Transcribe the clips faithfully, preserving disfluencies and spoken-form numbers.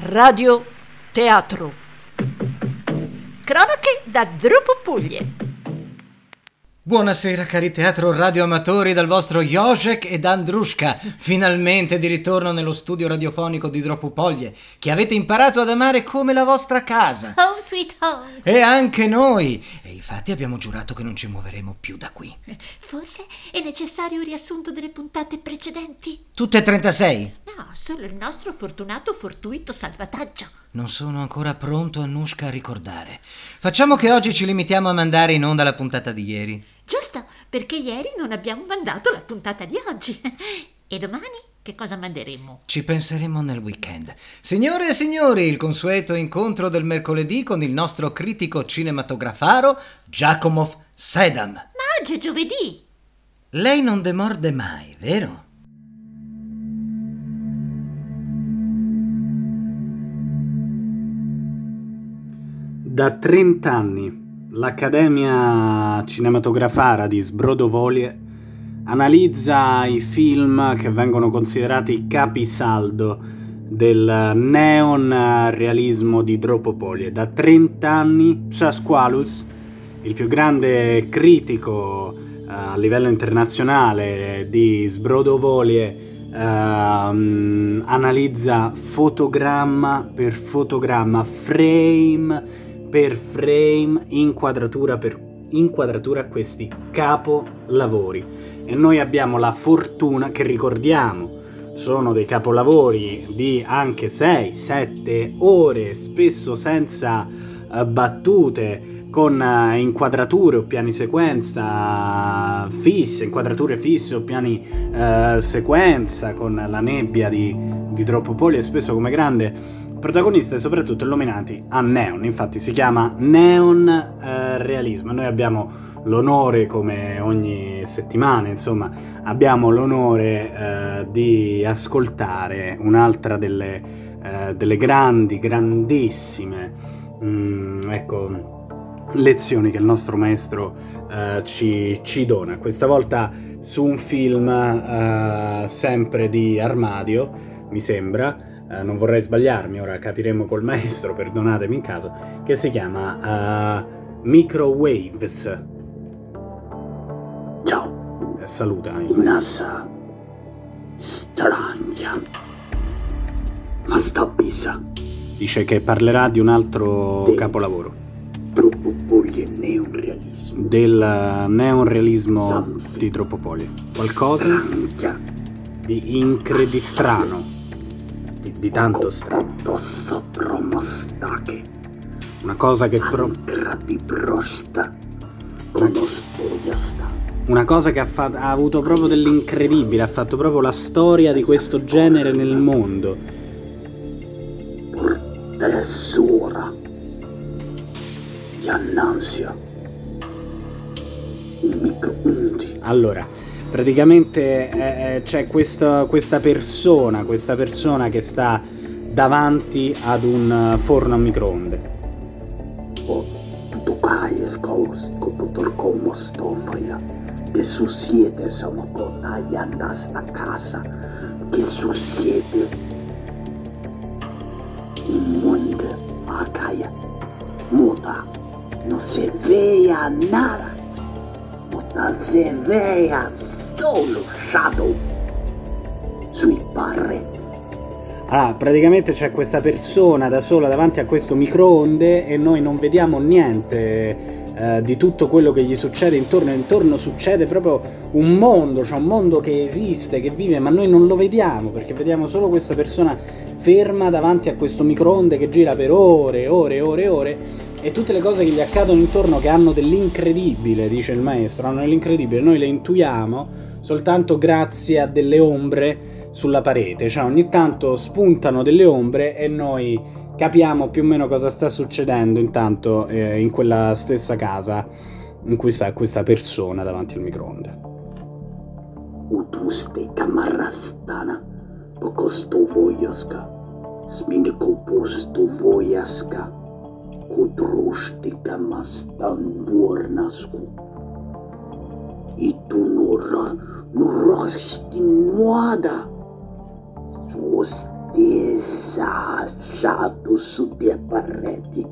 Radio Teatro. Cronache da Dropo Puglie. Buonasera cari teatro radioamatori dal vostro Jozek ed Andrushka, finalmente di ritorno nello studio radiofonico di Dropo Puglie, che avete imparato ad amare come la vostra casa. Home sweet home. E anche noi. E infatti abbiamo giurato che non ci muoveremo più da qui. Forse è necessario un riassunto delle puntate precedenti? Tutte e trentasei? No, solo il nostro fortunato fortuito salvataggio. Non sono ancora pronto, Anushka, a ricordare. Facciamo che oggi ci limitiamo a mandare in onda la puntata di ieri. Giusto, perché ieri non abbiamo mandato la puntata di oggi. E domani che cosa manderemo? Ci penseremo nel weekend. Signore e signori, il consueto incontro del mercoledì con il nostro critico cinematografaro Giacomo Sedam. Ma oggi è giovedì. Lei non demorde mai, vero? Da trent'anni l'Accademia Cinematografara di Sbrodovolie analizza i film che vengono considerati capisaldo del neon realismo di Dropo Puglie. Da trent'anni Pasqualus, il più grande critico uh, a livello internazionale di Sbrodovolie, uh, um, analizza fotogramma per fotogramma, frame per frame, inquadratura per inquadratura, questi capolavori. E noi abbiamo la fortuna che, ricordiamo, sono dei capolavori di anche sei sette ore, spesso senza uh, battute, con uh, inquadrature o piani sequenza fisse, inquadrature fisse o piani uh, sequenza, con la nebbia di, di Dropo Puglie, spesso come grande protagonista e soprattutto illuminati a neon. Infatti si chiama neon eh, realismo. Noi abbiamo l'onore, come ogni settimana, insomma, abbiamo l'onore eh, di ascoltare un'altra delle, eh, delle grandi, grandissime mh, ecco, lezioni che il nostro maestro eh, ci, ci dona. Questa volta su un film eh, sempre di Armadio, mi sembra. Uh, non vorrei sbagliarmi, ora capiremo col maestro, perdonatemi in caso, che si chiama uh, Microwaves. Ciao. Eh, saluta. Inassa strania ma stapissa. Dice che parlerà di un altro De capolavoro. Dropo Puglie neonrealismo. Del uh, neonrealismo Sanfi. di Dropo Puglie. Qualcosa Strania. di incredi strano. Di, di tanto strano. Una cosa che pro... Una cosa che ha, fa... ha avuto proprio dell'incredibile, ha fatto proprio la storia di questo genere nel mondo. Portessura. Iannansia. Un microondi. Allora, praticamente eh, c'è questa, questa persona, questa persona che sta davanti ad un forno a microonde. Oh, tutto cae, caosico, tutto come storia. Che succede, sono contando a sta casa. Che succede? Un mondo a caia. Muta, non si vea nada. Muta si vea solo shadow sui parretti. Allora, praticamente c'è questa persona da sola davanti a questo microonde e noi non vediamo niente eh, di tutto quello che gli succede intorno. Intorno succede proprio un mondo, c'è un mondo che esiste, che vive, ma noi non lo vediamo, perché vediamo solo questa persona ferma davanti a questo microonde che gira per ore, ore, ore, ore, e tutte le cose che gli accadono intorno, che hanno dell'incredibile, dice il maestro, hanno dell'incredibile, noi le intuiamo soltanto grazie a delle ombre sulla parete. Cioè ogni tanto spuntano delle ombre e noi capiamo più o meno cosa sta succedendo intanto eh, in quella stessa casa in cui sta questa persona davanti al microonde. Utuste kamarastana, pokosto vojaska, smindeko posto vojaska, kudrushti kamastan buornasku. Itu nura, nurasti nuada. Suosti disasciato su dei pareti.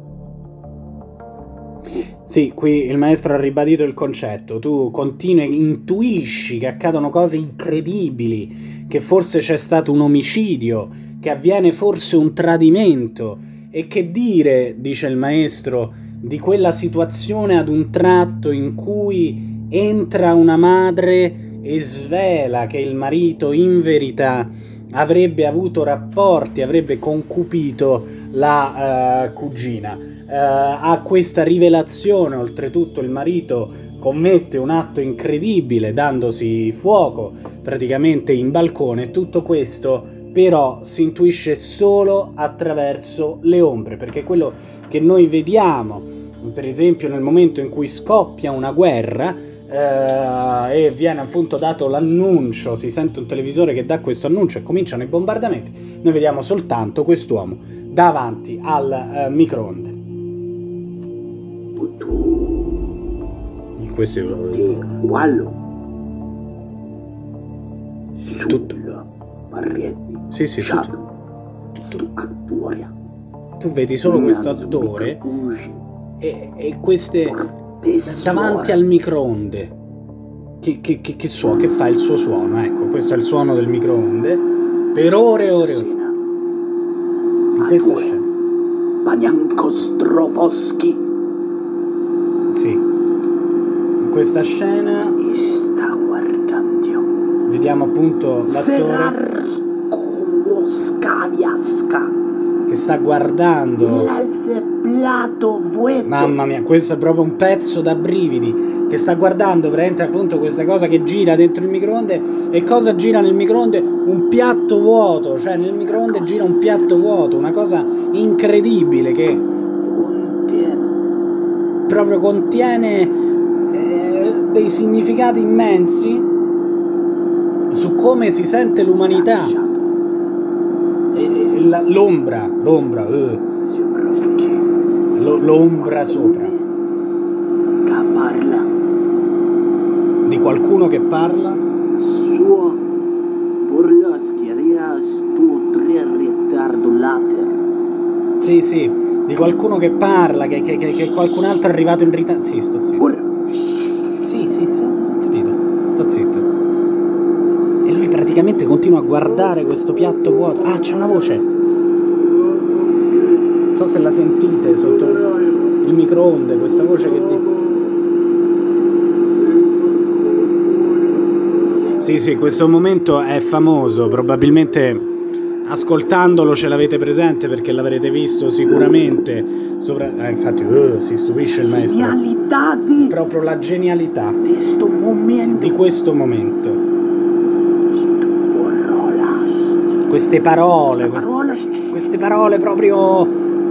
Sì, qui il maestro ha ribadito il concetto. Tu continui, intuisci che accadono cose incredibili, che forse c'è stato un omicidio, che avviene forse un tradimento. E che dire, dice il maestro, di quella situazione ad un tratto in cui entra una madre e svela che il marito in verità avrebbe avuto rapporti, avrebbe concupito la uh, cugina. Uh, a questa rivelazione, oltretutto, il marito commette un atto incredibile dandosi fuoco praticamente in balcone. Tutto questo però si intuisce solo attraverso le ombre, perché quello che noi vediamo, per esempio nel momento in cui scoppia una guerra eh, e viene appunto dato l'annuncio, si sente un televisore che dà questo annuncio e cominciano i bombardamenti, noi vediamo soltanto quest'uomo davanti al eh, microonde. Questo è quello tutto. Parretti, Sì, sì, tutto. Questo attore. Tu vedi solo questo attore e, e queste davanti al microonde. Che, che, che, che suo, che fa il suo suono? Ecco, questo è il suono del microonde. Per ore e ore. In questa scena. Panianco Strovoschi. Sì. In questa scena. Mi sta guardando. Vediamo appunto l'attore che sta guardando. Mamma mia, questo è proprio un pezzo da brividi. Che sta guardando veramente appunto questa cosa che gira dentro il microonde. E cosa gira nel microonde? Un piatto vuoto. Cioè nel microonde gira un piatto vuoto. Una cosa incredibile che proprio contiene eh, dei significati immensi su come si sente l'umanità. L'ombra, l'ombra, eh. l'ombra sopra. Che parla. Di qualcuno che parla. Suo Borloschi, rias tu tre ritardo later. Sì, sì, di qualcuno che parla, che, che, che, che qualcun altro è arrivato in ritardo. Sì, sto zitto. Sì, sì, sì, ho capito. Sto zitto. E lui praticamente continua a guardare questo piatto vuoto. Ah, c'è una voce. Non so se la sentite sotto il microonde, questa voce che dice. Sì, sì, questo momento è famoso, probabilmente ascoltandolo ce l'avete presente perché l'avrete visto sicuramente. Sopra... Ah, infatti, uh, si stupisce il maestro. Genialità di... Proprio la genialità questo momento. di questo momento. Queste parole, queste parole proprio.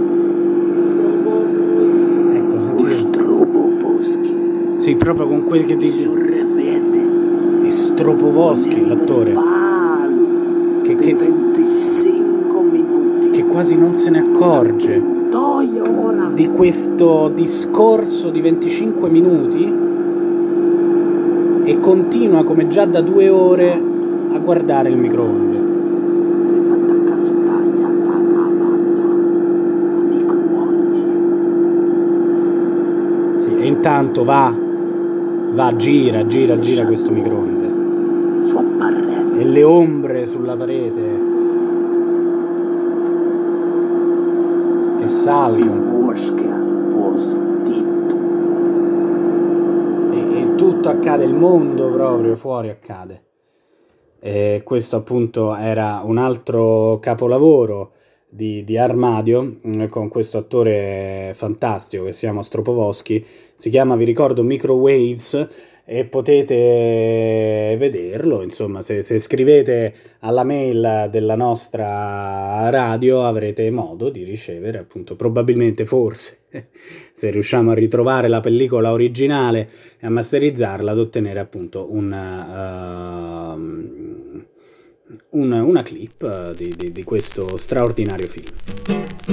Ecco, sentite. Sì, proprio con quel che dice. E Stropovoschi, l'attore. Che, che, che quasi non se ne accorge di questo discorso di venticinque minuti e continua come già da due ore a guardare il microonde. E intanto va, va, gira, gira, gira questo microonde. E le ombre sulla parete che salgono. E, e tutto accade, il mondo proprio fuori accade. E questo appunto era un altro capolavoro Di, di Armadio con questo attore fantastico che si chiama Stropovoschi. Si chiama, vi ricordo, Microwaves e potete vederlo, insomma, se, se scrivete alla mail della nostra radio avrete modo di ricevere appunto, probabilmente, forse se riusciamo a ritrovare la pellicola originale e a masterizzarla, ad ottenere appunto un uh, Una, una clip di, di, di questo straordinario film.